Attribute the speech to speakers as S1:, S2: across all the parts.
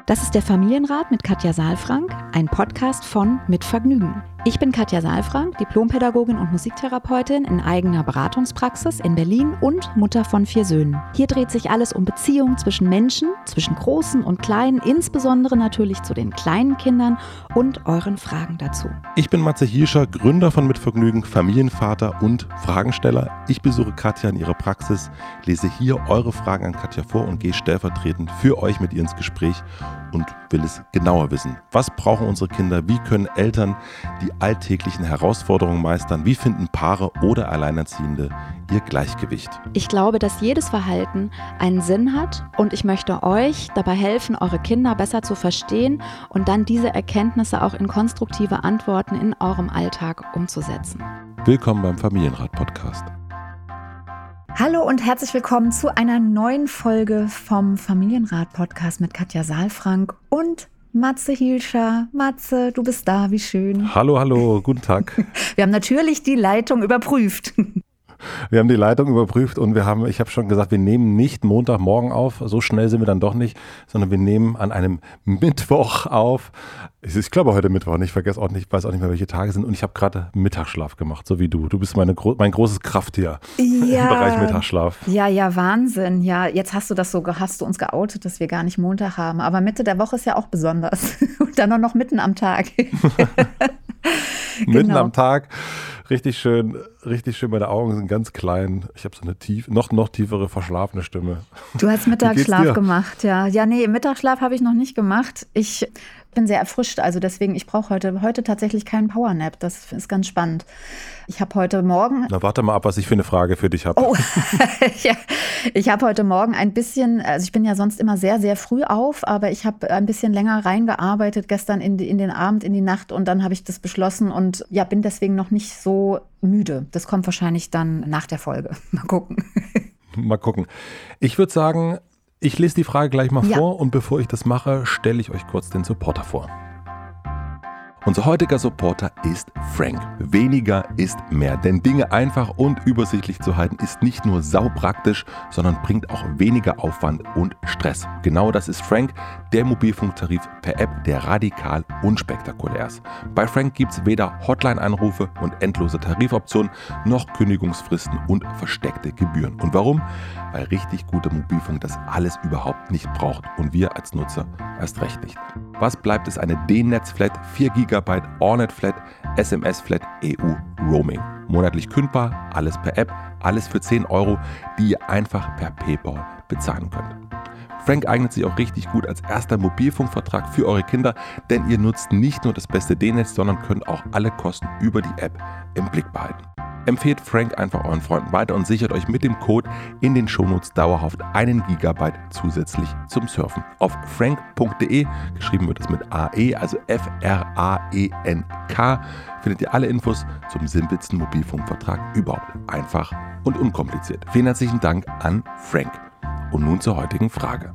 S1: Das ist der Familienrat mit Katja Saalfrank, ein Podcast von Mit Vergnügen. Ich bin Katja Saalfrank, Diplompädagogin und Musiktherapeutin in eigener Beratungspraxis in Berlin und Mutter von 4 Söhnen. Hier dreht sich alles um Beziehungen zwischen Menschen, zwischen Großen und Kleinen, insbesondere natürlich zu den kleinen Kindern und euren Fragen dazu.
S2: Ich bin Matze Hielscher, Gründer von Mit Vergnügen, Familienvater und Fragensteller. Ich besuche Katja in ihrer Praxis, lese hier eure Fragen an Katja vor und gehe stellvertretend für euch mit ihr ins Gespräch und will es genauer wissen. Was brauchen unsere Kinder? Wie können Eltern die alltäglichen Herausforderungen meistern? Wie finden Paare oder Alleinerziehende ihr Gleichgewicht?
S1: Ich glaube, dass jedes Verhalten einen Sinn hat und ich möchte euch dabei helfen, eure Kinder besser zu verstehen und dann diese Erkenntnisse auch in konstruktive Antworten in eurem Alltag umzusetzen.
S2: Willkommen beim Familienrat-Podcast.
S1: Hallo und herzlich willkommen zu einer neuen Folge vom Familienrat-Podcast mit Katja Saalfrank und Matze Hielscher. Matze, du bist da, wie schön.
S2: Hallo, guten Tag.
S1: Wir haben natürlich die Leitung überprüft.
S2: Wir haben die Leitung überprüft und ich habe schon gesagt, wir nehmen nicht Montagmorgen auf, so schnell sind wir dann doch nicht, sondern wir nehmen an einem Mittwoch auf. Ich glaube heute Mittwoch, ich weiß auch nicht mehr, welche Tage sind und ich habe gerade Mittagsschlaf gemacht, so wie du. Du bist mein großes Krafttier im Bereich Mittagsschlaf.
S1: Ja, Wahnsinn. Ja, jetzt hast du uns geoutet, dass wir gar nicht Montag haben, aber Mitte der Woche ist ja auch besonders und dann noch mitten am Tag.
S2: Mitten am Tag. Richtig schön, meine Augen sind ganz klein. Ich habe so eine noch tiefere, verschlafene Stimme.
S1: Du hast Mittagsschlaf gemacht, ja. Ja, nee, Mittagsschlaf habe ich noch nicht gemacht. Ich bin sehr erfrischt, also deswegen, ich brauche heute tatsächlich keinen Powernap. Das ist ganz spannend. Ich habe heute Morgen...
S2: Na, warte mal ab, was ich für eine Frage für dich habe.
S1: Oh, ja, ich habe heute Morgen ein bisschen, also ich bin ja sonst immer sehr, sehr früh auf, aber ich habe ein bisschen länger reingearbeitet gestern in den Abend, in die Nacht und dann habe ich das beschlossen und ja, bin deswegen noch nicht so müde. Das kommt wahrscheinlich dann nach der Folge. Mal gucken.
S2: Ich würde sagen, ich lese die Frage gleich mal vor und bevor ich das mache, stelle ich euch kurz den Supporter vor. Unser heutiger Supporter ist Frank. Weniger ist mehr, denn Dinge einfach und übersichtlich zu halten ist nicht nur saupraktisch, sondern bringt auch weniger Aufwand und Stress. Genau das ist Frank, der Mobilfunktarif per App, der radikal unspektakulär ist. Bei Frank gibt es weder Hotline-Anrufe und endlose Tarifoptionen, noch Kündigungsfristen und versteckte Gebühren. Und warum? Weil richtig guter Mobilfunk das alles überhaupt nicht braucht und wir als Nutzer erst recht nicht. Was bleibt, ist eine D-Netz-Flat, 4 GB Ornet-Flat, SMS-Flat, EU-Roaming. Monatlich kündbar, alles per App, alles für 10 €, die ihr einfach per PayPal bezahlen könnt. Frank eignet sich auch richtig gut als erster Mobilfunkvertrag für eure Kinder, denn ihr nutzt nicht nur das beste D-Netz, sondern könnt auch alle Kosten über die App im Blick behalten. Empfehlt Frank einfach euren Freunden weiter und sichert euch mit dem Code in den Shownotes dauerhaft 1 GB zusätzlich zum Surfen. Auf frank.de, geschrieben wird es mit AE, also FRAENK, findet ihr alle Infos zum simpelsten Mobilfunkvertrag überhaupt. Einfach und unkompliziert. Vielen herzlichen Dank an Frank. Und nun zur heutigen Frage.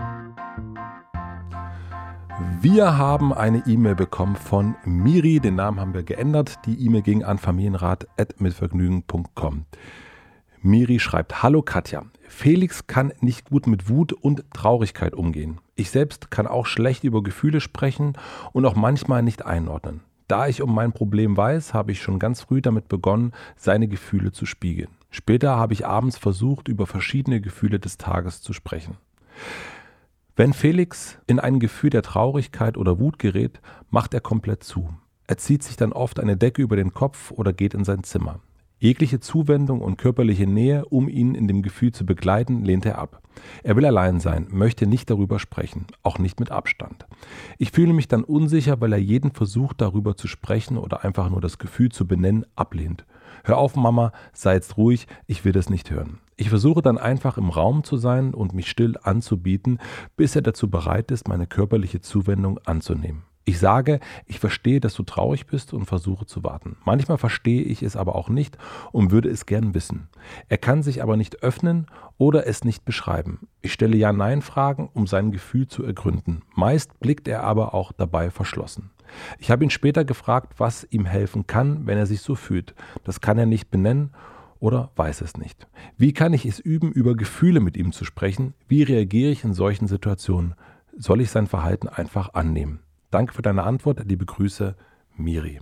S2: Wir haben eine E-Mail bekommen von Miri, den Namen haben wir geändert. Die E-Mail ging an familienrat@mitvergnügen.com. Miri schreibt: Hallo Katja, Felix kann nicht gut mit Wut und Traurigkeit umgehen. Ich selbst kann auch schlecht über Gefühle sprechen und auch manchmal nicht einordnen. Da ich um mein Problem weiß, habe ich schon ganz früh damit begonnen, seine Gefühle zu spiegeln. Später habe ich abends versucht, über verschiedene Gefühle des Tages zu sprechen. Wenn Felix in ein Gefühl der Traurigkeit oder Wut gerät, macht er komplett zu. Er zieht sich dann oft eine Decke über den Kopf oder geht in sein Zimmer. Jegliche Zuwendung und körperliche Nähe, um ihn in dem Gefühl zu begleiten, lehnt er ab. Er will allein sein, möchte nicht darüber sprechen, auch nicht mit Abstand. Ich fühle mich dann unsicher, weil er jeden Versuch, darüber zu sprechen oder einfach nur das Gefühl zu benennen, ablehnt. Hör auf, Mama, sei jetzt ruhig, ich will das nicht hören. Ich versuche dann einfach im Raum zu sein und mich still anzubieten, bis er dazu bereit ist, meine körperliche Zuwendung anzunehmen. Ich sage, ich verstehe, dass du traurig bist und versuche zu warten. Manchmal verstehe ich es aber auch nicht und würde es gern wissen. Er kann sich aber nicht öffnen oder es nicht beschreiben. Ich stelle Ja-Nein-Fragen, um sein Gefühl zu ergründen. Meist blickt er aber auch dabei verschlossen. Ich habe ihn später gefragt, was ihm helfen kann, wenn er sich so fühlt. Das kann er nicht benennen oder weiß es nicht. Wie kann ich es üben, über Gefühle mit ihm zu sprechen? Wie reagiere ich in solchen Situationen? soll ich sein Verhalten einfach annehmen? Danke für deine Antwort. Liebe Grüße, Miri.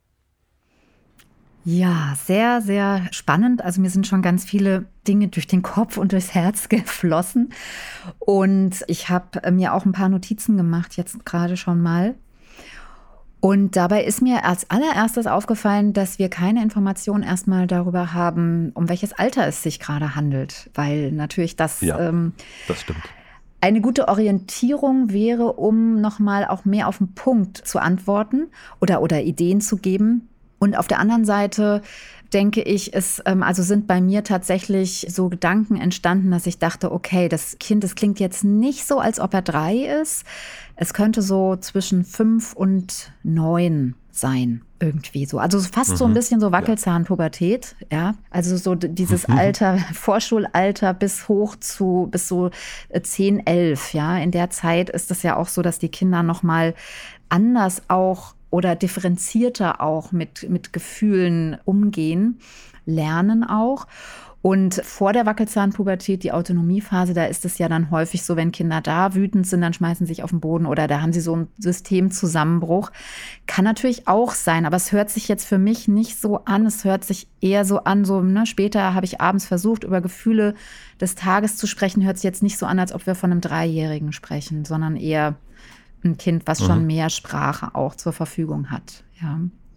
S1: Ja, sehr, sehr spannend. Also mir sind schon ganz viele Dinge durch den Kopf und durchs Herz geflossen. Und ich habe mir auch ein paar Notizen gemacht, jetzt gerade schon mal. Und dabei ist mir als allererstes aufgefallen, dass wir keine Informationen erstmal darüber haben, um welches Alter es sich gerade handelt. Weil natürlich das
S2: stimmt.
S1: Eine gute Orientierung wäre, um nochmal auch mehr auf den Punkt zu antworten oder Ideen zu geben. Und auf der anderen Seite denke ich, sind bei mir tatsächlich so Gedanken entstanden, dass ich dachte, okay, das Kind, das klingt jetzt nicht so, als ob er 3 ist. Es könnte so zwischen 5 und 9 sein, irgendwie so. Also fast so ein bisschen so Wackelzahnpubertät, ja. Also so dieses Alter, Vorschulalter bis so 10, 11, ja. In der Zeit ist es ja auch so, dass die Kinder nochmal anders auch oder differenzierter auch mit Gefühlen umgehen, lernen auch. Und vor der Wackelzahnpubertät, die Autonomiephase, da ist es ja dann häufig so, wenn Kinder da wütend sind, dann schmeißen sie sich auf den Boden oder da haben sie so einen Systemzusammenbruch. Kann natürlich auch sein, aber es hört sich jetzt für mich nicht so an. Es hört sich eher so an, später habe ich abends versucht, über Gefühle des Tages zu sprechen, hört sich jetzt nicht so an, als ob wir von einem 3-Jährigen sprechen, sondern eher ein Kind, was schon mehr Sprache auch zur Verfügung hat. Ja.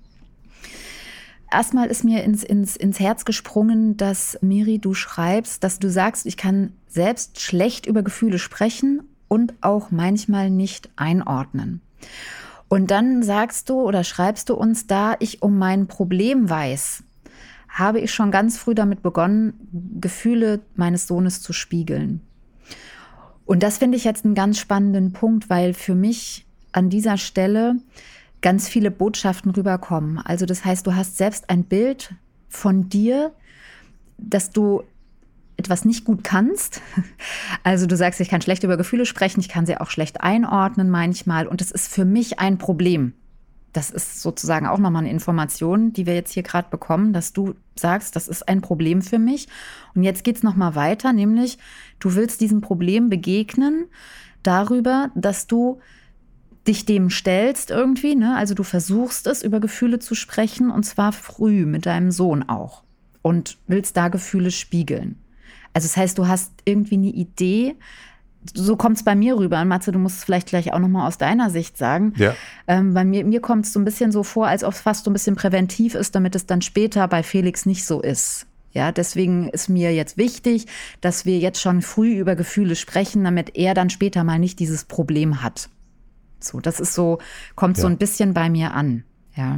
S1: Erstmal ist mir ins Herz gesprungen, dass, Miri, du schreibst, dass du sagst, ich kann selbst schlecht über Gefühle sprechen und auch manchmal nicht einordnen. Und dann sagst du oder schreibst du uns, da ich um mein Problem weiß, habe ich schon ganz früh damit begonnen, Gefühle meines Sohnes zu spiegeln. Und das finde ich jetzt einen ganz spannenden Punkt, weil für mich an dieser Stelle ganz viele Botschaften rüberkommen. Also das heißt, du hast selbst ein Bild von dir, dass du etwas nicht gut kannst. Also du sagst, ich kann schlecht über Gefühle sprechen, ich kann sie auch schlecht einordnen manchmal. Und das ist für mich ein Problem. Das ist sozusagen auch nochmal eine Information, die wir jetzt hier gerade bekommen, dass du sagst, das ist ein Problem für mich. Und jetzt geht es nochmal weiter, nämlich du willst diesem Problem begegnen darüber, dass du dich dem stellst irgendwie, ne? Also du versuchst es, über Gefühle zu sprechen und zwar früh mit deinem Sohn auch und willst da Gefühle spiegeln. Also das heißt, du hast irgendwie eine Idee. So kommt es bei mir rüber. Und Matze, du musst es vielleicht gleich auch nochmal aus deiner Sicht sagen. Ja. Bei mir kommt es so ein bisschen so vor, als ob es fast so ein bisschen präventiv ist, damit es dann später bei Felix nicht so ist. Ja, deswegen ist mir jetzt wichtig, dass wir jetzt schon früh über Gefühle sprechen, damit er dann später mal nicht dieses Problem hat. So, das ist so, kommt so ein bisschen bei mir an. Ja.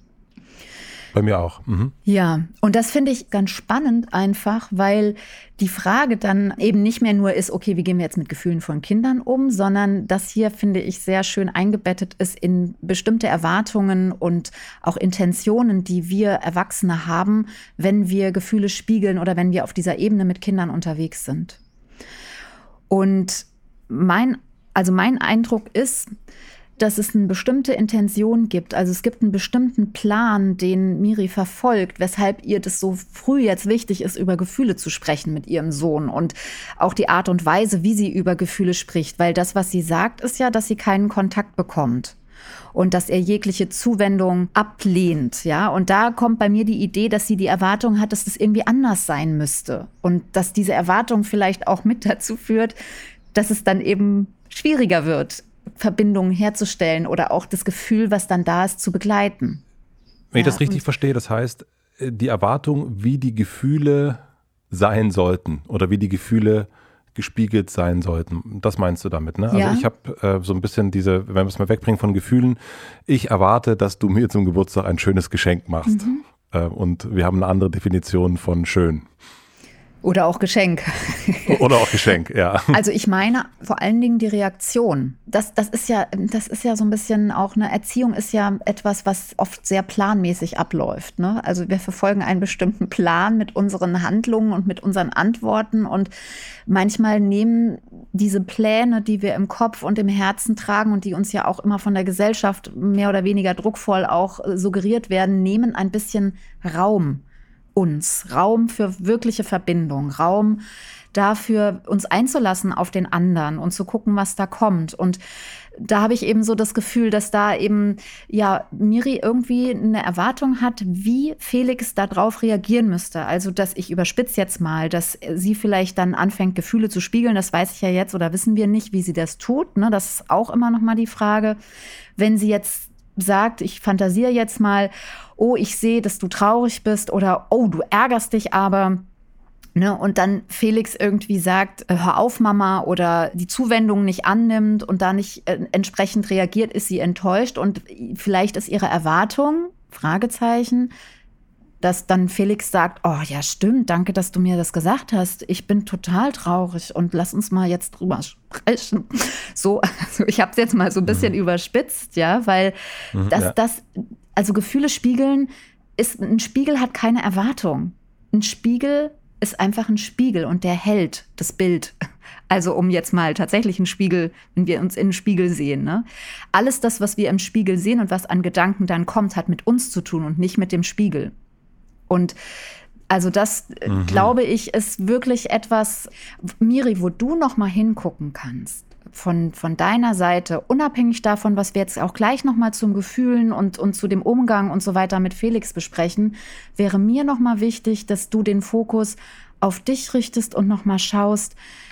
S2: Bei mir auch. Mhm.
S1: Ja, und das finde ich ganz spannend einfach, weil die Frage dann eben nicht mehr nur ist, okay, wie gehen wir jetzt mit Gefühlen von Kindern um, sondern das hier, finde ich, sehr schön eingebettet ist in bestimmte Erwartungen und auch Intentionen, die wir Erwachsene haben, wenn wir Gefühle spiegeln oder wenn wir auf dieser Ebene mit Kindern unterwegs sind. Und mein Eindruck ist, dass es eine bestimmte Intention gibt. Also es gibt einen bestimmten Plan, den Miri verfolgt, weshalb ihr das so früh jetzt wichtig ist, über Gefühle zu sprechen mit ihrem Sohn und auch die Art und Weise, wie sie über Gefühle spricht. Weil das, was sie sagt, ist ja, dass sie keinen Kontakt bekommt und dass er jegliche Zuwendung ablehnt. Ja? Und da kommt bei mir die Idee, dass sie die Erwartung hat, dass das irgendwie anders sein müsste und dass diese Erwartung vielleicht auch mit dazu führt, dass es dann eben schwieriger wird, Verbindungen herzustellen oder auch das Gefühl, was dann da ist, zu begleiten.
S2: Wenn ich das richtig verstehe, das heißt, die Erwartung, wie die Gefühle sein sollten oder wie die Gefühle gespiegelt sein sollten, das meinst du damit, ne?
S1: Ja.
S2: Also ich habe so ein bisschen wenn wir es mal wegbringen von Gefühlen, ich erwarte, dass du mir zum Geburtstag ein schönes Geschenk machst. Und wir haben eine andere Definition von schön.
S1: Oder auch Geschenk.
S2: Oder auch Geschenk, ja.
S1: Also ich meine vor allen Dingen die Reaktion. Das ist ja so ein bisschen auch eine Erziehung ist ja etwas, was oft sehr planmäßig abläuft, ne? Also wir verfolgen einen bestimmten Plan mit unseren Handlungen und mit unseren Antworten und manchmal nehmen diese Pläne, die wir im Kopf und im Herzen tragen und die uns ja auch immer von der Gesellschaft mehr oder weniger druckvoll auch suggeriert werden, nehmen ein bisschen Raum für wirkliche Verbindung, Raum dafür, uns einzulassen auf den anderen und zu gucken, was da kommt. Und da habe ich eben so das Gefühl, dass da eben Miri irgendwie eine Erwartung hat, wie Felix darauf reagieren müsste. Also, dass ich überspitze jetzt mal, dass sie vielleicht dann anfängt, Gefühle zu spiegeln. Das weiß ich ja jetzt oder wissen wir nicht, wie sie das tut. Ne? Das ist auch immer noch mal die Frage. Wenn sie jetzt sagt, ich fantasiere jetzt mal, oh, ich sehe, dass du traurig bist oder oh, du ärgerst dich aber. Ne, und dann Felix irgendwie sagt, hör auf, Mama, oder die Zuwendung nicht annimmt und da nicht entsprechend reagiert, ist sie enttäuscht. Und vielleicht ist ihre Erwartung, Fragezeichen, dass dann Felix sagt, oh ja, stimmt, danke, dass du mir das gesagt hast. Ich bin total traurig und lass uns mal jetzt drüber sprechen. So, also ich habe es jetzt mal so ein bisschen überspitzt, ja, weil also Gefühle spiegeln, ein Spiegel hat keine Erwartung. Ein Spiegel ist einfach ein Spiegel und der hält das Bild. Also um jetzt mal tatsächlich einen Spiegel, wenn wir uns in einen Spiegel sehen. Ne? Alles das, was wir im Spiegel sehen und was an Gedanken dann kommt, hat mit uns zu tun und nicht mit dem Spiegel. Und also das, glaube ich, ist wirklich etwas, Miri, wo du noch mal hingucken kannst. Von deiner Seite, unabhängig davon, was wir jetzt auch gleich noch mal zum Gefühlen und zu dem Umgang und so weiter mit Felix besprechen, wäre mir noch mal wichtig, dass du den Fokus auf dich richtest und noch mal schaust,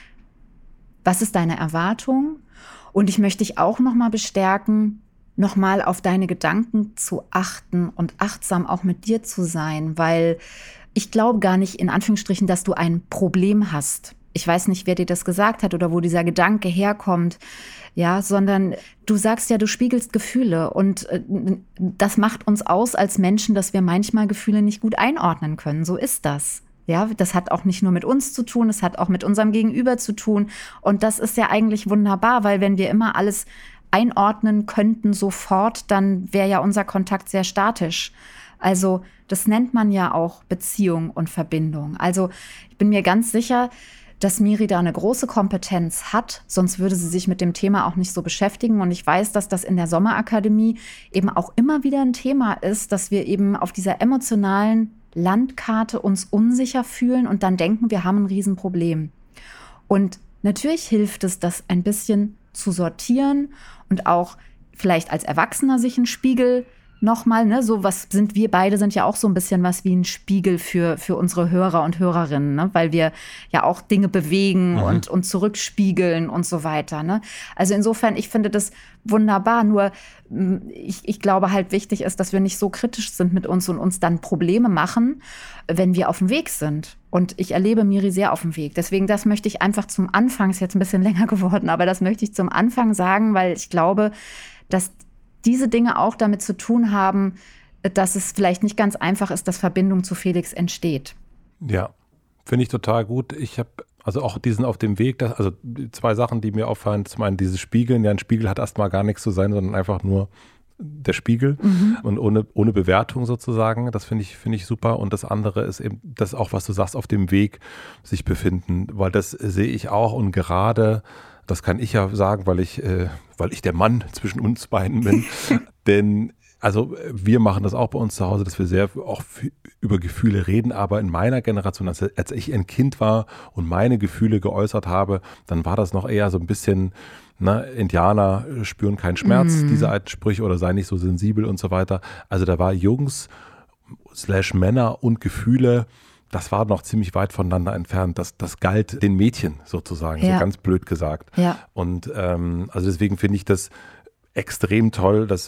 S1: was ist deine Erwartung? Und ich möchte dich auch noch mal bestärken, noch mal auf deine Gedanken zu achten und achtsam auch mit dir zu sein, weil ich glaube gar nicht, in Anführungsstrichen, dass du ein Problem hast. Ich weiß nicht, wer dir das gesagt hat oder wo dieser Gedanke herkommt, ja, sondern du sagst ja, du spiegelst Gefühle und das macht uns aus als Menschen, dass wir manchmal Gefühle nicht gut einordnen können. So ist das. Ja, das hat auch nicht nur mit uns zu tun, es hat auch mit unserem Gegenüber zu tun. Und das ist ja eigentlich wunderbar, weil wenn wir immer alles einordnen könnten sofort, dann wäre ja unser Kontakt sehr statisch. Also das nennt man ja auch Beziehung und Verbindung. Also ich bin mir ganz sicher, dass Miri da eine große Kompetenz hat, sonst würde sie sich mit dem Thema auch nicht so beschäftigen. Und ich weiß, dass das in der Sommerakademie eben auch immer wieder ein Thema ist, dass wir eben auf dieser emotionalen Landkarte uns unsicher fühlen und dann denken, wir haben ein Riesenproblem. Und natürlich hilft es, das ein bisschen zu sortieren und auch vielleicht als Erwachsener sich einen Spiegel nochmal, ne, so was wir beide sind ja auch so ein bisschen was wie ein Spiegel für unsere Hörer und Hörerinnen, ne, weil wir ja auch Dinge bewegen und zurückspiegeln und so weiter, ne. Also insofern, ich finde das wunderbar, nur ich glaube halt wichtig ist, dass wir nicht so kritisch sind mit uns und uns dann Probleme machen, wenn wir auf dem Weg sind. Und ich erlebe Miri sehr auf dem Weg. Deswegen, das möchte ich einfach zum Anfang, ist jetzt ein bisschen länger geworden, aber das möchte ich zum Anfang sagen, weil ich glaube, dass diese Dinge auch damit zu tun haben, dass es vielleicht nicht ganz einfach ist, dass Verbindung zu Felix entsteht.
S2: Ja, finde ich total gut. Ich habe also auch diesen auf dem Weg, also zwei Sachen, die mir auffallen. Zum einen dieses Spiegeln. Ja, ein Spiegel hat erstmal gar nichts zu sein, sondern einfach nur der Spiegel und ohne Bewertung sozusagen. Das finde ich super. Und das andere ist eben das auch, was du sagst, auf dem Weg sich befinden, weil das sehe ich auch und gerade das kann ich ja sagen, weil ich der Mann zwischen uns beiden bin. Denn also wir machen das auch bei uns zu Hause, dass wir sehr auch über Gefühle reden. Aber in meiner Generation, als ich ein Kind war und meine Gefühle geäußert habe, dann war das noch eher so ein bisschen, Indianer spüren keinen Schmerz, diese alten Sprüche, oder sei nicht so sensibel und so weiter. Also da war Jungs/Männer und Gefühle, das war noch ziemlich weit voneinander entfernt. Das galt den Mädchen sozusagen, so ganz blöd gesagt. Ja. Und also deswegen finde ich das extrem toll, dass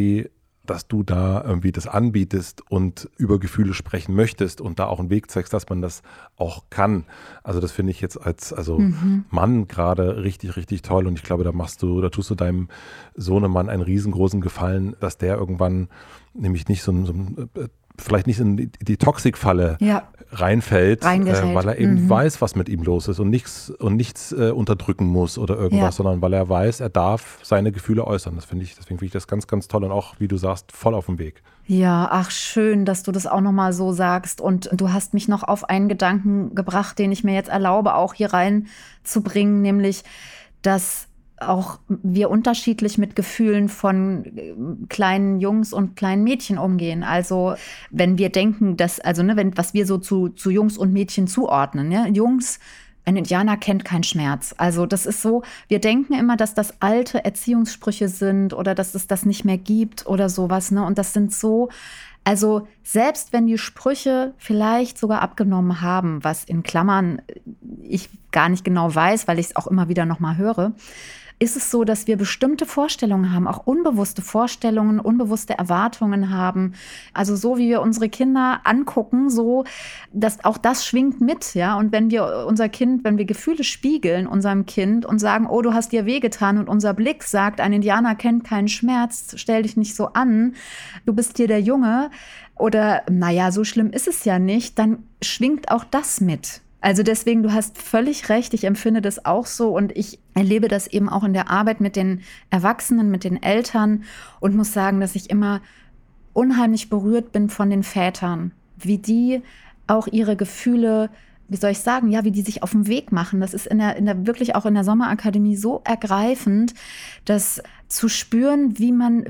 S2: du da irgendwie das anbietest und über Gefühle sprechen möchtest und da auch einen Weg zeigst, dass man das auch kann. Also das finde ich jetzt als Mann gerade richtig, richtig toll. Und ich glaube, da tust du deinem Sohnemann einen riesengroßen Gefallen, dass der irgendwann nämlich nicht vielleicht nicht in die Toxikfalle reinfällt, weil er eben weiß, was mit ihm los ist und nichts unterdrücken muss oder irgendwas, sondern weil er weiß, er darf seine Gefühle äußern. Deswegen finde ich das ganz, ganz toll und auch, wie du sagst, voll auf dem Weg.
S1: Ja, ach schön, dass du das auch nochmal so sagst. Und du hast mich noch auf einen Gedanken gebracht, den ich mir jetzt erlaube, auch hier reinzubringen, nämlich, dass auch wir unterschiedlich mit Gefühlen von kleinen Jungs und kleinen Mädchen umgehen. Also wenn wir denken, was wir so zu Jungs und Mädchen zuordnen. Ja? Jungs ein Indianer kennt keinen Schmerz. Also das ist so, wir denken immer, dass das alte Erziehungssprüche sind oder dass es das nicht mehr gibt oder sowas, ne? Und das sind so, also selbst wenn die Sprüche vielleicht sogar abgenommen haben, was in Klammern ich gar nicht genau weiß, weil ich es auch immer wieder nochmal höre, ist es so, dass wir bestimmte Vorstellungen haben, auch unbewusste Vorstellungen, unbewusste Erwartungen haben. Also so, wie wir unsere Kinder angucken, so, dass auch das schwingt mit, ja. Und wenn wir wenn wir Gefühle spiegeln unserem Kind und sagen, oh, du hast dir wehgetan und unser Blick sagt, ein Indianer kennt keinen Schmerz, stell dich nicht so an, du bist hier der Junge oder, naja, so schlimm ist es ja nicht, dann schwingt auch das mit. Also deswegen, du hast völlig recht, ich empfinde das auch so und ich erlebe das eben auch in der Arbeit mit den Erwachsenen, mit den Eltern und muss sagen, dass ich immer unheimlich berührt bin von den Vätern, wie die auch ihre Gefühle, wie soll ich sagen, ja, wie die sich auf den Weg machen. Das ist wirklich auch in der Sommerakademie so ergreifend, das zu spüren, wie man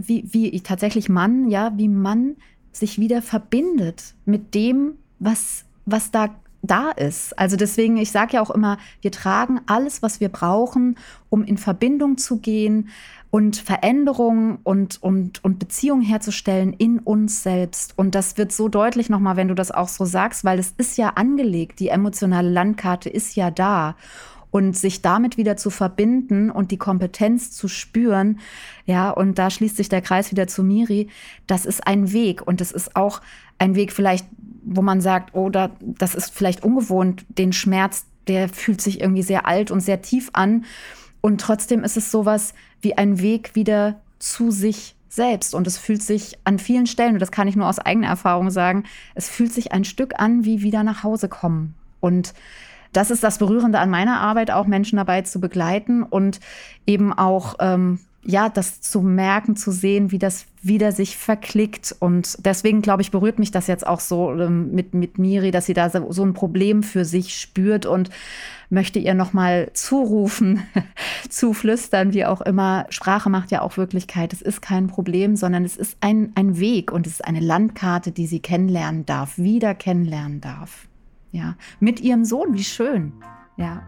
S1: sich wieder verbindet mit dem, was da ist. Also deswegen, ich sage ja auch immer, wir tragen alles, was wir brauchen, um in Verbindung zu gehen und Veränderung und Beziehung herzustellen in uns selbst. Und das wird so deutlich nochmal, wenn du das auch so sagst, weil es ist ja angelegt, die emotionale Landkarte ist ja da. Und sich damit wieder zu verbinden und die Kompetenz zu spüren, ja, und da schließt sich der Kreis wieder zu Miri, das ist ein Weg. Und das ist auch ein Weg vielleicht, wo man sagt, oh, das ist vielleicht ungewohnt, den Schmerz, der fühlt sich irgendwie sehr alt und sehr tief an. Und trotzdem ist es sowas wie ein Weg wieder zu sich selbst. Und es fühlt sich an vielen Stellen, und das kann ich nur aus eigener Erfahrung sagen, es fühlt sich ein Stück an wie wieder nach Hause kommen. Und das ist das Berührende an meiner Arbeit, auch Menschen dabei zu begleiten und eben auch das zu merken, zu sehen, wie das wieder sich verklickt. Und deswegen, glaube ich, berührt mich das jetzt auch so mit Miri, dass sie da so ein Problem für sich spürt und möchte ihr nochmal zurufen, zuflüstern, wie auch immer. Sprache macht ja auch Wirklichkeit. Es ist kein Problem, sondern es ist ein Weg und es ist eine Landkarte, die sie kennenlernen darf, wieder kennenlernen darf. Ja, mit ihrem Sohn, wie schön. Ja.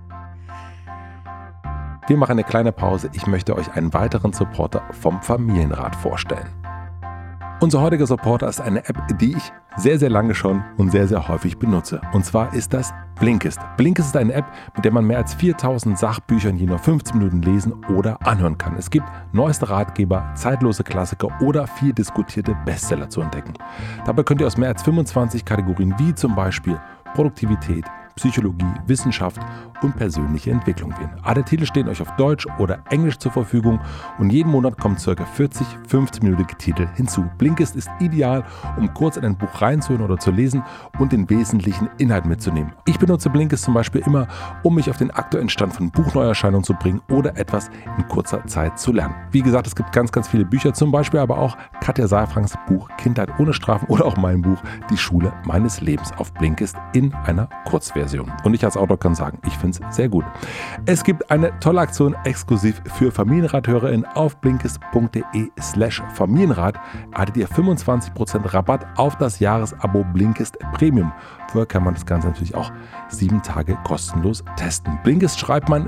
S2: Wir machen eine kleine Pause. Ich möchte euch einen weiteren Supporter vom Familienrat vorstellen. Unser heutiger Supporter ist eine App, die ich sehr, sehr lange schon und sehr, sehr häufig benutze. Und zwar ist das Blinkist. Blinkist ist eine App, mit der man mehr als 4000 Sachbücher in je nur 15 Minuten lesen oder anhören kann. Es gibt neueste Ratgeber, zeitlose Klassiker oder viel diskutierte Bestseller zu entdecken. Dabei könnt ihr aus mehr als 25 Kategorien wie zum Beispiel Produktivität, Psychologie, Wissenschaft und persönliche Entwicklung wählen. Alle Titel stehen euch auf Deutsch oder Englisch zur Verfügung und jeden Monat kommen ca. 40 15-minütige Titel hinzu. Blinkist ist ideal, um kurz in ein Buch reinzuhören oder zu lesen und den wesentlichen Inhalt mitzunehmen. Ich benutze Blinkist zum Beispiel immer, um mich auf den aktuellen Stand von Buchneuerscheinungen zu bringen oder etwas in kurzer Zeit zu lernen. Wie gesagt, es gibt ganz, ganz viele Bücher, zum Beispiel aber auch Katja Saalfranks Buch Kindheit ohne Strafen oder auch mein Buch Die Schule meines Lebens auf Blinkist in einer Kurzversion. Und ich als Autor kann sagen, ich finde es sehr gut. Es gibt eine tolle Aktion exklusiv für FamilienrathörerInnen auf blinkist.de/Familienrat. Erhaltet ihr 25% Rabatt auf das Jahresabo Blinkist Premium. Vorher kann man das Ganze natürlich auch 7 Tage kostenlos testen. Blinkist schreibt man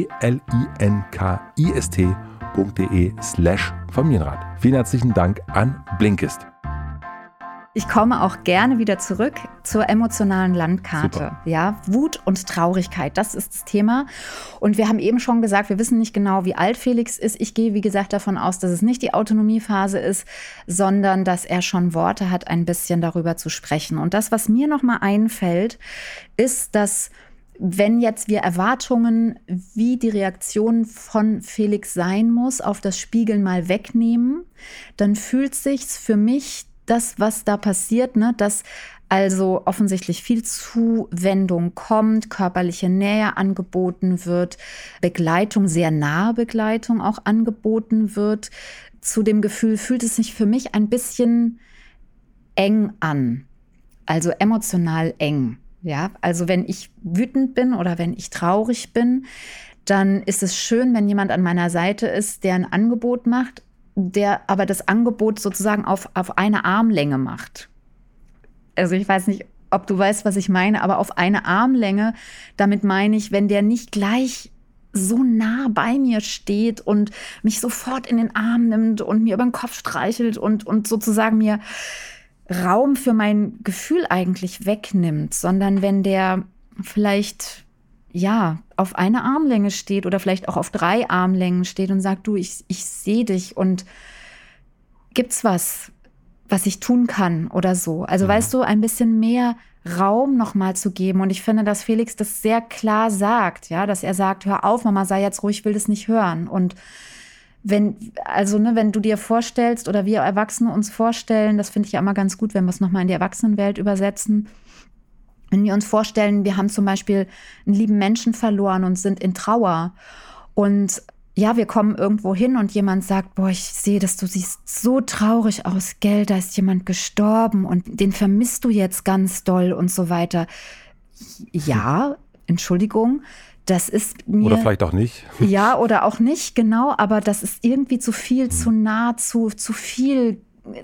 S2: blinkist.de/Familienrat. Vielen herzlichen Dank an Blinkist.
S1: Ich komme auch gerne wieder zurück zur emotionalen Landkarte.
S2: Super.
S1: Ja, Wut und Traurigkeit, das ist das Thema. Und wir haben eben schon gesagt, wir wissen nicht genau, wie alt Felix ist. Ich gehe, wie gesagt, davon aus, dass es nicht die Autonomiephase ist, sondern dass er schon Worte hat, ein bisschen darüber zu sprechen. Und das, was mir noch mal einfällt, ist, dass wenn jetzt wir Erwartungen, wie die Reaktion von Felix sein muss, auf das Spiegeln mal wegnehmen, dann fühlt sich's für mich das, was da passiert, ne, dass also offensichtlich viel Zuwendung kommt, körperliche Nähe angeboten wird, Begleitung, sehr nahe Begleitung auch angeboten wird. Zu dem Gefühl fühlt es sich für mich ein bisschen eng an, also emotional eng. Ja, also wenn ich wütend bin oder wenn ich traurig bin, dann ist es schön, wenn jemand an meiner Seite ist, der ein Angebot macht, der aber das Angebot sozusagen auf eine Armlänge macht. Also ich weiß nicht, ob du weißt, was ich meine, aber auf eine Armlänge. Damit meine ich, wenn der nicht gleich so nah bei mir steht und mich sofort in den Arm nimmt und mir über den Kopf streichelt und sozusagen mir Raum für mein Gefühl eigentlich wegnimmt, sondern wenn der vielleicht auf einer Armlänge steht oder vielleicht auch auf 3 Armlängen steht und sagt, du, ich sehe dich und gibt's was ich tun kann oder so. Also weißt du, ein bisschen mehr Raum nochmal zu geben. Und ich finde, dass Felix das sehr klar sagt, ja, dass er sagt, hör auf, Mama, sei jetzt ruhig, ich will das nicht hören. Und wenn du dir vorstellst oder wir Erwachsene uns vorstellen, das finde ich ja immer ganz gut, wenn wir es nochmal in die Erwachsenenwelt übersetzen, wenn wir uns vorstellen, wir haben zum Beispiel einen lieben Menschen verloren und sind in Trauer und ja, wir kommen irgendwo hin und jemand sagt, boah, ich sehe, dass du siehst so traurig aus, gell, da ist jemand gestorben und den vermisst du jetzt ganz doll und so weiter. Ja, Entschuldigung, das ist mir...
S2: Oder vielleicht auch nicht.
S1: Ja, oder auch nicht, genau, aber das ist irgendwie zu viel, zu nah, zu viel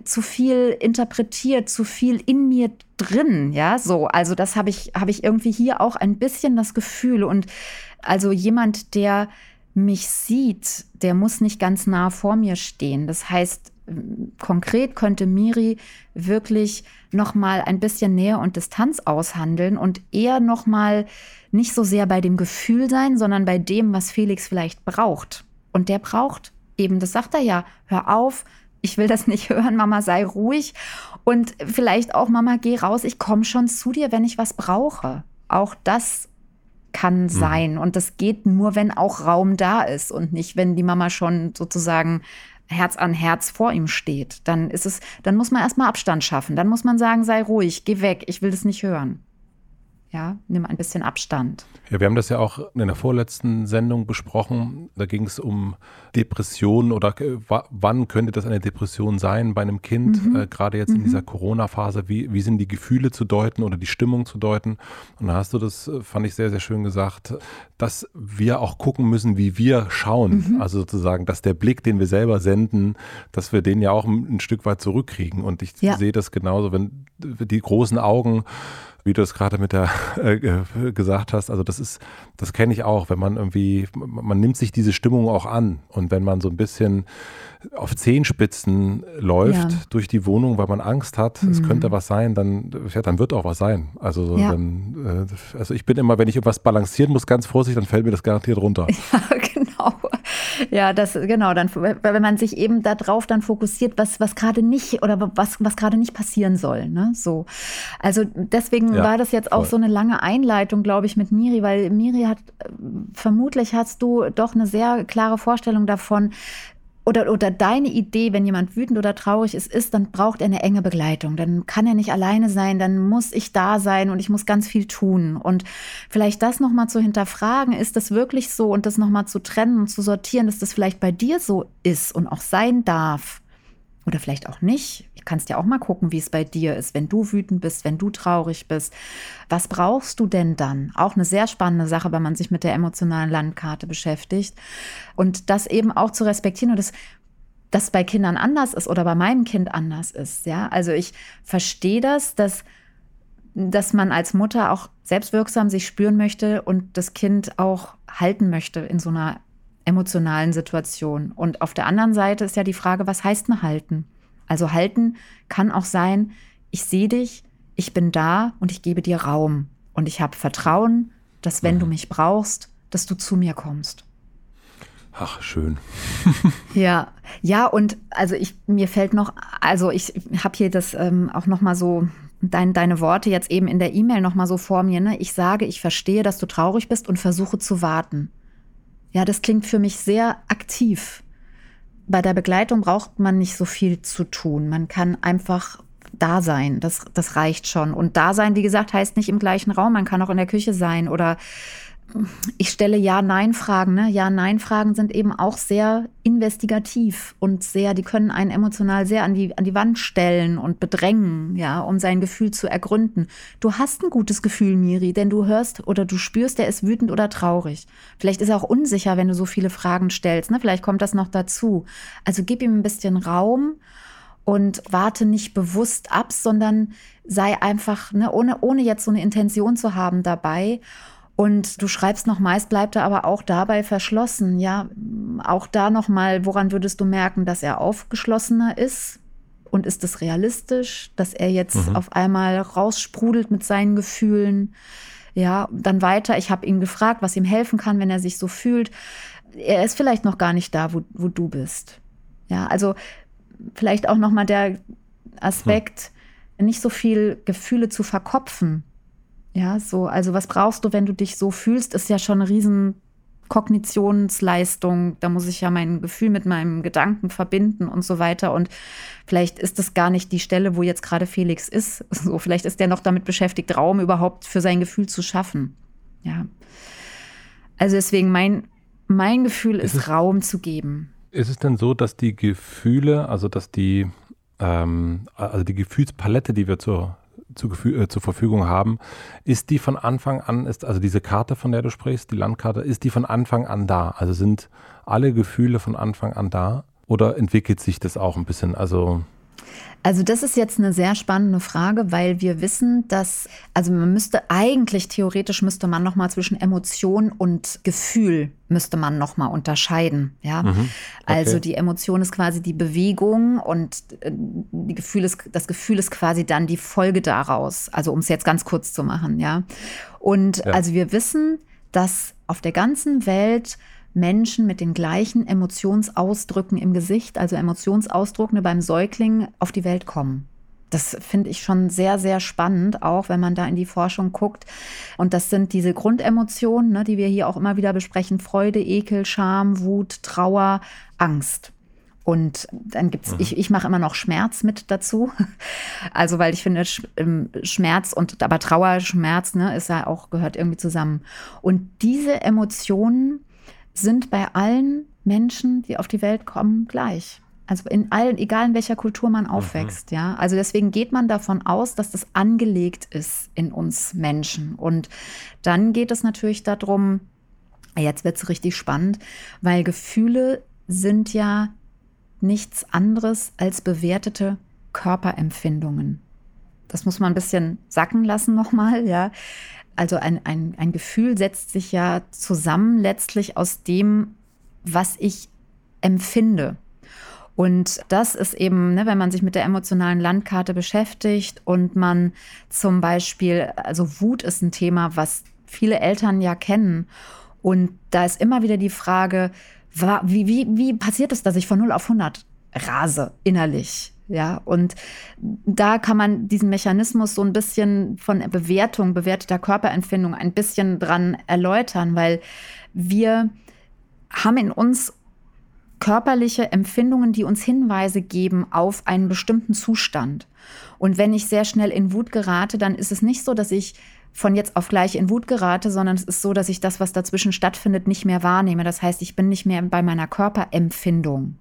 S1: interpretiert, zu viel in mir drin, ja, so. Also das habe ich irgendwie hier auch ein bisschen das Gefühl und also jemand, der mich sieht, der muss nicht ganz nah vor mir stehen. Das heißt, konkret könnte Miri wirklich noch mal ein bisschen Nähe und Distanz aushandeln und eher noch mal nicht so sehr bei dem Gefühl sein, sondern bei dem, was Felix vielleicht braucht. Und der braucht eben, das sagt er ja, hör auf, ich will das nicht hören, Mama, sei ruhig. Und vielleicht auch, Mama, geh raus, ich komme schon zu dir, wenn ich was brauche. Auch das kann sein. Und das geht nur, wenn auch Raum da ist und nicht, wenn die Mama schon sozusagen Herz an Herz vor ihm steht. Dann muss man erstmal Abstand schaffen. Dann muss man sagen, sei ruhig, geh weg, ich will das nicht hören. Ja, nimm ein bisschen Abstand.
S2: Ja, wir haben das ja auch in der vorletzten Sendung besprochen. Da ging es um Depressionen oder wann könnte das eine Depression sein bei einem Kind, gerade jetzt in dieser Corona-Phase. Wie sind die Gefühle zu deuten oder die Stimmung zu deuten? Und da hast du das, fand ich sehr, sehr schön gesagt, dass wir auch gucken müssen, wie wir schauen. Also sozusagen, dass der Blick, den wir selber senden, dass wir den ja auch ein Stück weit zurückkriegen. Und ich sehe das genauso, wenn die großen Augen, wie du es gerade mit der gesagt hast, also das kenne ich auch, wenn man irgendwie, man nimmt sich diese Stimmung auch an und wenn man so ein bisschen auf Zehenspitzen läuft durch die Wohnung, weil man Angst hat, es könnte was sein, dann wird auch was sein. Also also ich bin immer, wenn ich irgendwas balancieren muss, ganz vorsichtig, dann fällt mir das garantiert runter.
S1: Ja, genau. Ja, dann, wenn man sich eben darauf dann fokussiert, was gerade nicht oder was gerade nicht passieren soll, ne? So. Also deswegen war das jetzt auch so eine lange Einleitung, glaube ich, mit Miri, weil Miri vermutlich hast du doch eine sehr klare Vorstellung davon, oder deine Idee, wenn jemand wütend oder traurig ist, dann braucht er eine enge Begleitung. Dann kann er nicht alleine sein, dann muss ich da sein und ich muss ganz viel tun. Und vielleicht das nochmal zu hinterfragen, ist das wirklich so und das nochmal zu trennen und zu sortieren, dass das vielleicht bei dir so ist und auch sein darf. Oder vielleicht auch nicht. Du kannst ja auch mal gucken, wie es bei dir ist, wenn du wütend bist, wenn du traurig bist. Was brauchst du denn dann? Auch eine sehr spannende Sache, wenn man sich mit der emotionalen Landkarte beschäftigt. Und das eben auch zu respektieren und das bei Kindern anders ist oder bei meinem Kind anders ist. Ja? Also ich verstehe das, dass man als Mutter auch selbstwirksam sich spüren möchte und das Kind auch halten möchte in so einer emotionalen Situation. Und auf der anderen Seite ist ja die Frage, was heißt denn halten? Also halten kann auch sein, ich sehe dich, ich bin da und ich gebe dir Raum. Und ich habe Vertrauen, dass wenn du mich brauchst, dass du zu mir kommst.
S2: Ach, schön.
S1: Ja, und also mir fällt noch, also ich habe hier das auch noch mal so, deine Worte jetzt eben in der E-Mail noch mal so vor mir, ne? Ich sage, ich verstehe, dass du traurig bist und versuche zu warten. Ja, das klingt für mich sehr aktiv. Bei der Begleitung braucht man nicht so viel zu tun. Man kann einfach da sein. Das reicht schon. Und da sein, wie gesagt, heißt nicht im gleichen Raum. Man kann auch in der Küche sein oder ich stelle Ja-Nein-Fragen. Ne? Ja-Nein-Fragen sind eben auch sehr investigativ und die können einen emotional sehr an die Wand stellen und bedrängen, ja, um sein Gefühl zu ergründen. Du hast ein gutes Gefühl, Miri, denn du hörst oder du spürst, er ist wütend oder traurig. Vielleicht ist er auch unsicher, wenn du so viele Fragen stellst. Ne? Vielleicht kommt das noch dazu. Also gib ihm ein bisschen Raum und warte nicht bewusst ab, sondern sei einfach, ne, ohne jetzt so eine Intention zu haben dabei. Und du schreibst noch, meist bleibt er aber auch dabei verschlossen. Ja, auch da nochmal, woran würdest du merken, dass er aufgeschlossener ist? Und ist es realistisch, dass er jetzt auf einmal raussprudelt mit seinen Gefühlen? Ja, dann weiter. Ich habe ihn gefragt, was ihm helfen kann, wenn er sich so fühlt. Er ist vielleicht noch gar nicht da, wo du bist. Ja, also vielleicht auch nochmal der Aspekt, nicht so viel Gefühle zu verkopfen. Ja, so, also was brauchst du, wenn du dich so fühlst, ist ja schon eine riesen Kognitionsleistung. Da muss ich ja mein Gefühl mit meinem Gedanken verbinden und so weiter. Und vielleicht ist das gar nicht die Stelle, wo jetzt gerade Felix ist. So, vielleicht ist der noch damit beschäftigt, Raum überhaupt für sein Gefühl zu schaffen. Ja. Also deswegen mein Gefühl ist Raum zu geben.
S2: Ist es denn so, dass die Gefühle, also dass die Gefühlspalette, die wir zur Verfügung haben, ist die von Anfang an, also diese Karte, von der du sprichst, die Landkarte, ist die von Anfang an da? Also sind alle Gefühle von Anfang an da oder entwickelt sich das auch ein bisschen? Also
S1: das ist jetzt eine sehr spannende Frage, weil wir wissen, dass, also theoretisch müsste man nochmal zwischen Emotion und Gefühl müsste man nochmal unterscheiden. Ja? Okay. Also die Emotion ist quasi die Bewegung und das Gefühl ist quasi dann die Folge daraus. Also um es jetzt ganz kurz zu machen. Ja? Und also wir wissen, dass auf der ganzen Welt Menschen mit den gleichen Emotionsausdrücken im Gesicht, also Emotionsausdrücke beim Säugling, auf die Welt kommen. Das finde ich schon sehr, sehr spannend, auch wenn man da in die Forschung guckt. Und das sind diese Grundemotionen, ne, die wir hier auch immer wieder besprechen: Freude, Ekel, Scham, Wut, Trauer, Angst. Und dann gibt's, ich mache immer noch Schmerz mit dazu. Also, weil ich finde, Schmerz aber Trauer, Schmerz, ne, gehört irgendwie zusammen. Und diese Emotionen sind bei allen Menschen, die auf die Welt kommen, gleich. Also egal in welcher Kultur man aufwächst, ja. Also deswegen geht man davon aus, dass das angelegt ist in uns Menschen. Und dann geht es natürlich darum, jetzt wird es richtig spannend, weil Gefühle sind ja nichts anderes als bewertete Körperempfindungen. Das muss man ein bisschen sacken lassen nochmal, ja. Also ein Gefühl setzt sich ja zusammen letztlich aus dem, was ich empfinde. Und das ist eben, ne, wenn man sich mit der emotionalen Landkarte beschäftigt und man zum Beispiel, also Wut ist ein Thema, was viele Eltern ja kennen. Und da ist immer wieder die Frage, wie passiert es, dass ich von 0 auf 100 rase innerlich? Ja, und da kann man diesen Mechanismus so ein bisschen von bewerteter Körperempfindung ein bisschen dran erläutern, weil wir haben in uns körperliche Empfindungen, die uns Hinweise geben auf einen bestimmten Zustand. Und wenn ich sehr schnell in Wut gerate, dann ist es nicht so, dass ich von jetzt auf gleich in Wut gerate, sondern es ist so, dass ich das, was dazwischen stattfindet, nicht mehr wahrnehme. Das heißt, ich bin nicht mehr bei meiner Körperempfindung.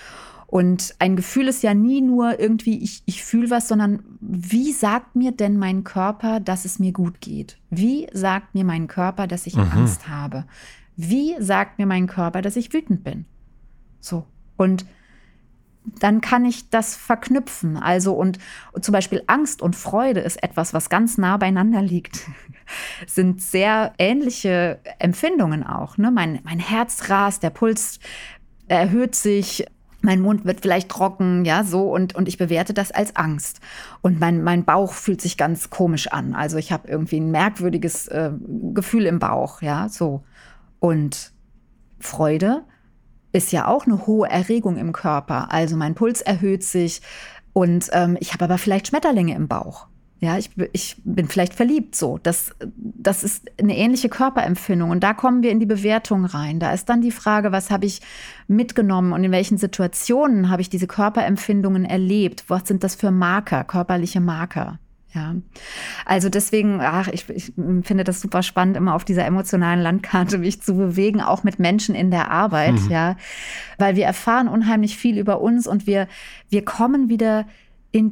S1: Und ein Gefühl ist ja nie nur irgendwie, ich fühle was, sondern wie sagt mir denn mein Körper, dass es mir gut geht? Wie sagt mir mein Körper, dass ich Angst habe? Wie sagt mir mein Körper, dass ich wütend bin? So. Und dann kann ich das verknüpfen. Also und zum Beispiel Angst und Freude ist etwas, was ganz nah beieinander liegt. Sind sehr ähnliche Empfindungen auch. Ne? Mein Herz rast, der Puls erhöht sich, mein Mund wird vielleicht trocken, ja, so, und ich bewerte das als Angst. Und mein Bauch fühlt sich ganz komisch an. Also ich habe irgendwie ein merkwürdiges Gefühl im Bauch, ja, so. Und Freude ist ja auch eine hohe Erregung im Körper. Also mein Puls erhöht sich und ich habe aber vielleicht Schmetterlinge im Bauch. Ja, ich bin vielleicht verliebt, so. Das ist eine ähnliche Körperempfindung. Und da kommen wir in die Bewertung rein. Da ist dann die Frage, was habe ich mitgenommen und in welchen Situationen habe ich diese Körperempfindungen erlebt? Was sind das für Marker, körperliche Marker? Ja, also deswegen, ich finde das super spannend, immer auf dieser emotionalen Landkarte mich zu bewegen, auch mit Menschen in der Arbeit, ja, weil wir erfahren unheimlich viel über uns und wir kommen wieder in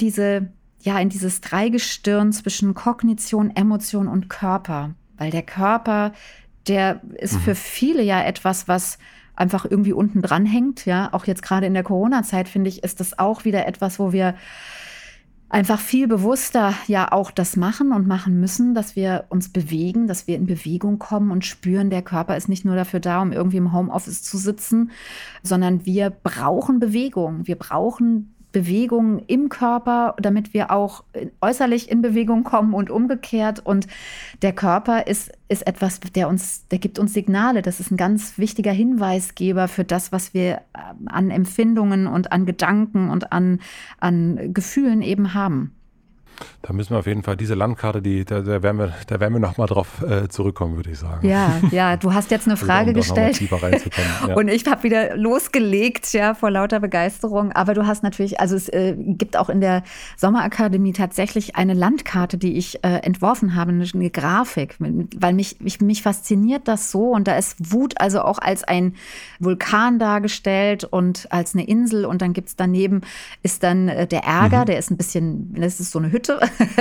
S1: dieses Dreigestirn zwischen Kognition, Emotion und Körper, weil der Körper, der ist für viele ja etwas, was einfach irgendwie unten dran hängt. Ja, auch jetzt gerade in der Corona-Zeit, finde ich, ist das auch wieder etwas, wo wir einfach viel bewusster ja auch das machen und machen müssen, dass wir uns bewegen, dass wir in Bewegung kommen und spüren, der Körper ist nicht nur dafür da, um irgendwie im Homeoffice zu sitzen, sondern wir brauchen Bewegung. Wir brauchen Bewegung im Körper, damit wir auch äußerlich in Bewegung kommen und umgekehrt. Und der Körper ist etwas, der gibt uns Signale. Das ist ein ganz wichtiger Hinweisgeber für das, was wir an Empfindungen und an Gedanken und an Gefühlen eben haben.
S2: Da müssen wir auf jeden Fall diese Landkarte, da werden wir nochmal drauf zurückkommen, würde ich sagen.
S1: Ja, du hast jetzt eine Frage gestellt
S2: ja.
S1: Und ich habe wieder losgelegt, ja, vor lauter Begeisterung. Aber du hast natürlich, also es gibt auch in der Sommerakademie tatsächlich eine Landkarte, die ich entworfen habe, eine Grafik, weil mich fasziniert das so. Und da ist Wut also auch als ein Vulkan dargestellt und als eine Insel. Und dann gibt's daneben ist dann der Ärger, der ist ein bisschen, das ist so eine Hütte.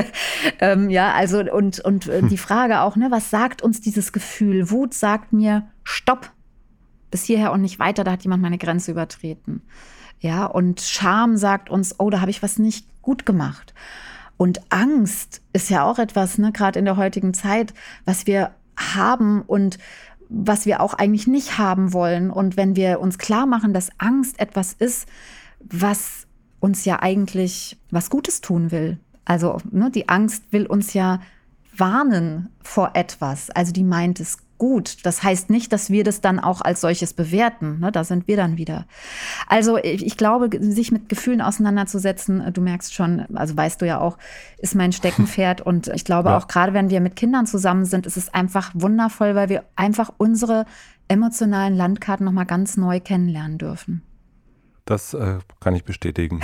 S1: Ja, also und die Frage auch, ne, was sagt uns dieses Gefühl? Wut sagt mir, stopp, bis hierher und nicht weiter, da hat jemand meine Grenze übertreten. Ja, und Scham sagt uns, oh, da habe ich was nicht gut gemacht. Und Angst ist ja auch etwas, ne, gerade in der heutigen Zeit, was wir haben und was wir auch eigentlich nicht haben wollen. Und wenn wir uns klar machen, dass Angst etwas ist, was uns ja eigentlich was Gutes tun will. Also ne, die Angst will uns ja warnen vor etwas. Also die meint es gut. Das heißt nicht, dass wir das dann auch als solches bewerten. Ne, da sind wir dann wieder. Also ich glaube, sich mit Gefühlen auseinanderzusetzen, du merkst schon, also weißt du ja auch, ist mein Steckenpferd. Und ich glaube auch, gerade wenn wir mit Kindern zusammen sind, ist es einfach wundervoll, weil wir einfach unsere emotionalen Landkarten nochmal ganz neu kennenlernen dürfen.
S2: Das kann ich bestätigen.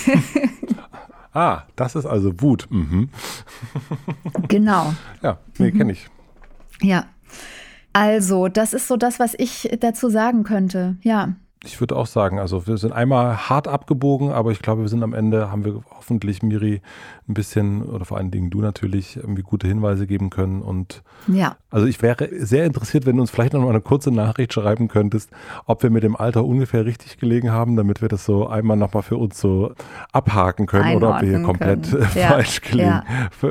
S2: Das ist also Wut. Mhm.
S1: Genau.
S2: Ja, kenne ich.
S1: Ja, also das ist so das, was ich dazu sagen könnte, ja.
S2: Ich würde auch sagen, also wir sind einmal hart abgebogen, aber ich glaube, haben wir hoffentlich Miri ein bisschen, oder vor allen Dingen du natürlich, irgendwie gute Hinweise geben können. Und
S1: ja.
S2: Also ich wäre sehr interessiert, wenn du uns vielleicht noch mal eine kurze Nachricht schreiben könntest, ob wir mit dem Alter ungefähr richtig gelegen haben, damit wir das so einmal nochmal für uns so abhaken können oder ob wir hier komplett falsch gelegen.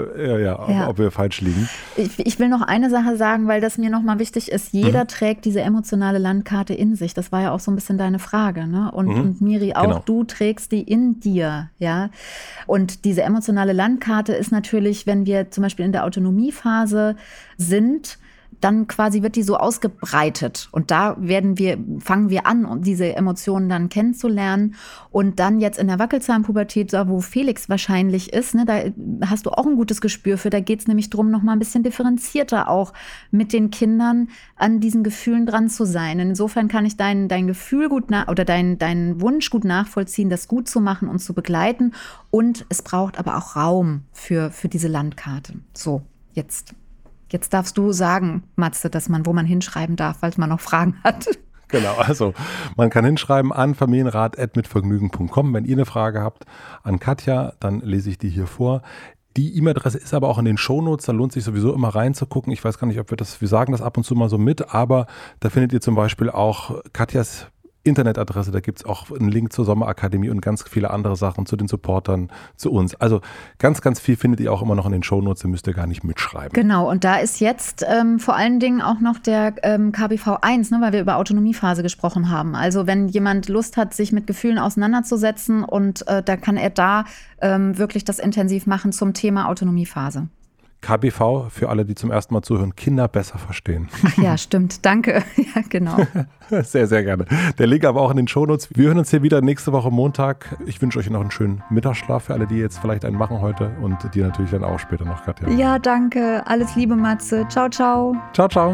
S2: Ob wir falsch liegen.
S1: Ich will noch eine Sache sagen, weil das mir nochmal wichtig ist. Jeder trägt diese emotionale Landkarte in sich. Das war ja auch so ein bisschen deine Frage, ne? Und Miri, auch genau. Du trägst die in dir, ja. Und diese emotionale Landkarte ist natürlich, wenn wir zum Beispiel in der Autonomiephase sind, dann quasi wird die so ausgebreitet. Und da fangen wir an, diese Emotionen dann kennenzulernen. Und dann jetzt in der Wackelzahnpubertät, wo Felix wahrscheinlich ist, ne, da hast du auch ein gutes Gespür für. Da geht es nämlich darum, noch mal ein bisschen differenzierter auch mit den Kindern an diesen Gefühlen dran zu sein. Insofern kann ich dein Gefühl oder deinen Wunsch gut nachvollziehen, das gut zu machen und zu begleiten. Und es braucht aber auch Raum für diese Landkarte. So, jetzt darfst du sagen, Matze, wo man hinschreiben darf, falls man noch Fragen hat.
S2: Genau, also man kann hinschreiben an familienrat@mitvergnügen.com. Wenn ihr eine Frage habt an Katja, dann lese ich die hier vor. Die E-Mail-Adresse ist aber auch in den Shownotes, da lohnt sich sowieso immer reinzugucken. Ich weiß gar nicht, ob wir sagen das ab und zu mal so mit, aber da findet ihr zum Beispiel auch Katjas Internetadresse, da gibt es auch einen Link zur Sommerakademie und ganz viele andere Sachen zu den Supportern, zu uns. Also ganz, ganz viel findet ihr auch immer noch in den Shownotes, da müsst ihr gar nicht mitschreiben.
S1: Genau, und da ist jetzt vor allen Dingen auch noch der KBV 1, ne, weil wir über Autonomiephase gesprochen haben. Also wenn jemand Lust hat, sich mit Gefühlen auseinanderzusetzen und da kann er wirklich das intensiv machen zum Thema Autonomiephase.
S2: KBV, für alle, die zum ersten Mal zuhören, Kinder besser verstehen.
S1: Ach ja, stimmt. Danke. Ja, genau.
S2: Sehr, sehr gerne. Der Link aber auch in den Shownotes. Wir hören uns hier wieder nächste Woche Montag. Ich wünsche euch noch einen schönen Mittagsschlaf für alle, die jetzt vielleicht einen machen heute und dir natürlich dann auch später noch, Katja.
S1: Ja, danke. Alles Liebe, Matze. Ciao, ciao.
S2: Ciao, ciao.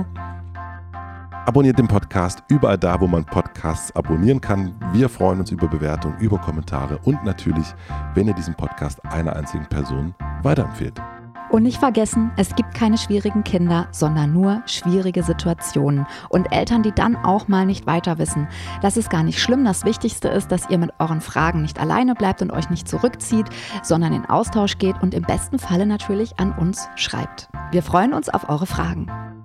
S2: Abonniert den Podcast überall da, wo man Podcasts abonnieren kann. Wir freuen uns über Bewertungen, über Kommentare und natürlich, wenn ihr diesen Podcast einer einzigen Person weiterempfehlt.
S1: Und nicht vergessen, es gibt keine schwierigen Kinder, sondern nur schwierige Situationen. Und Eltern, die dann auch mal nicht weiter wissen. Das ist gar nicht schlimm. Das Wichtigste ist, dass ihr mit euren Fragen nicht alleine bleibt und euch nicht zurückzieht, sondern in Austausch geht und im besten Falle natürlich an uns schreibt. Wir freuen uns auf eure Fragen.